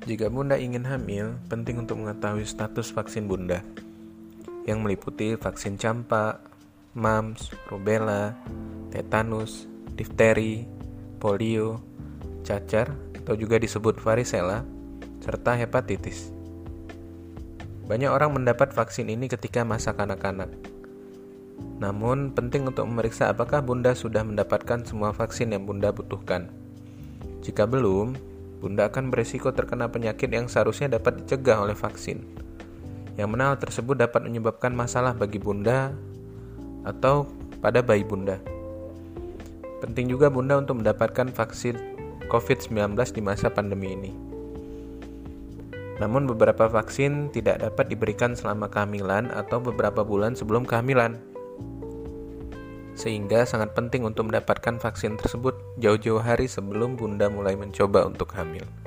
Jika Bunda ingin hamil, penting untuk mengetahui status vaksin Bunda, yang meliputi vaksin campak, mumps, rubella, tetanus, difteri, polio, cacar atau juga disebut varicella, serta hepatitis. Banyak orang mendapat vaksin ini ketika masa kanak-kanak. Namun, penting untuk memeriksa apakah Bunda sudah mendapatkan semua vaksin yang Bunda butuhkan. Jika belum, Bunda akan beresiko terkena penyakit yang seharusnya dapat dicegah oleh vaksin. Yang mana hal tersebut dapat menyebabkan masalah bagi Bunda atau pada bayi Bunda. Penting juga Bunda untuk mendapatkan vaksin COVID-19 di masa pandemi ini. Namun beberapa vaksin tidak dapat diberikan selama kehamilan atau beberapa bulan sebelum kehamilan. Sehingga sangat penting untuk mendapatkan vaksin tersebut jauh-jauh hari sebelum Bunda mulai mencoba untuk hamil.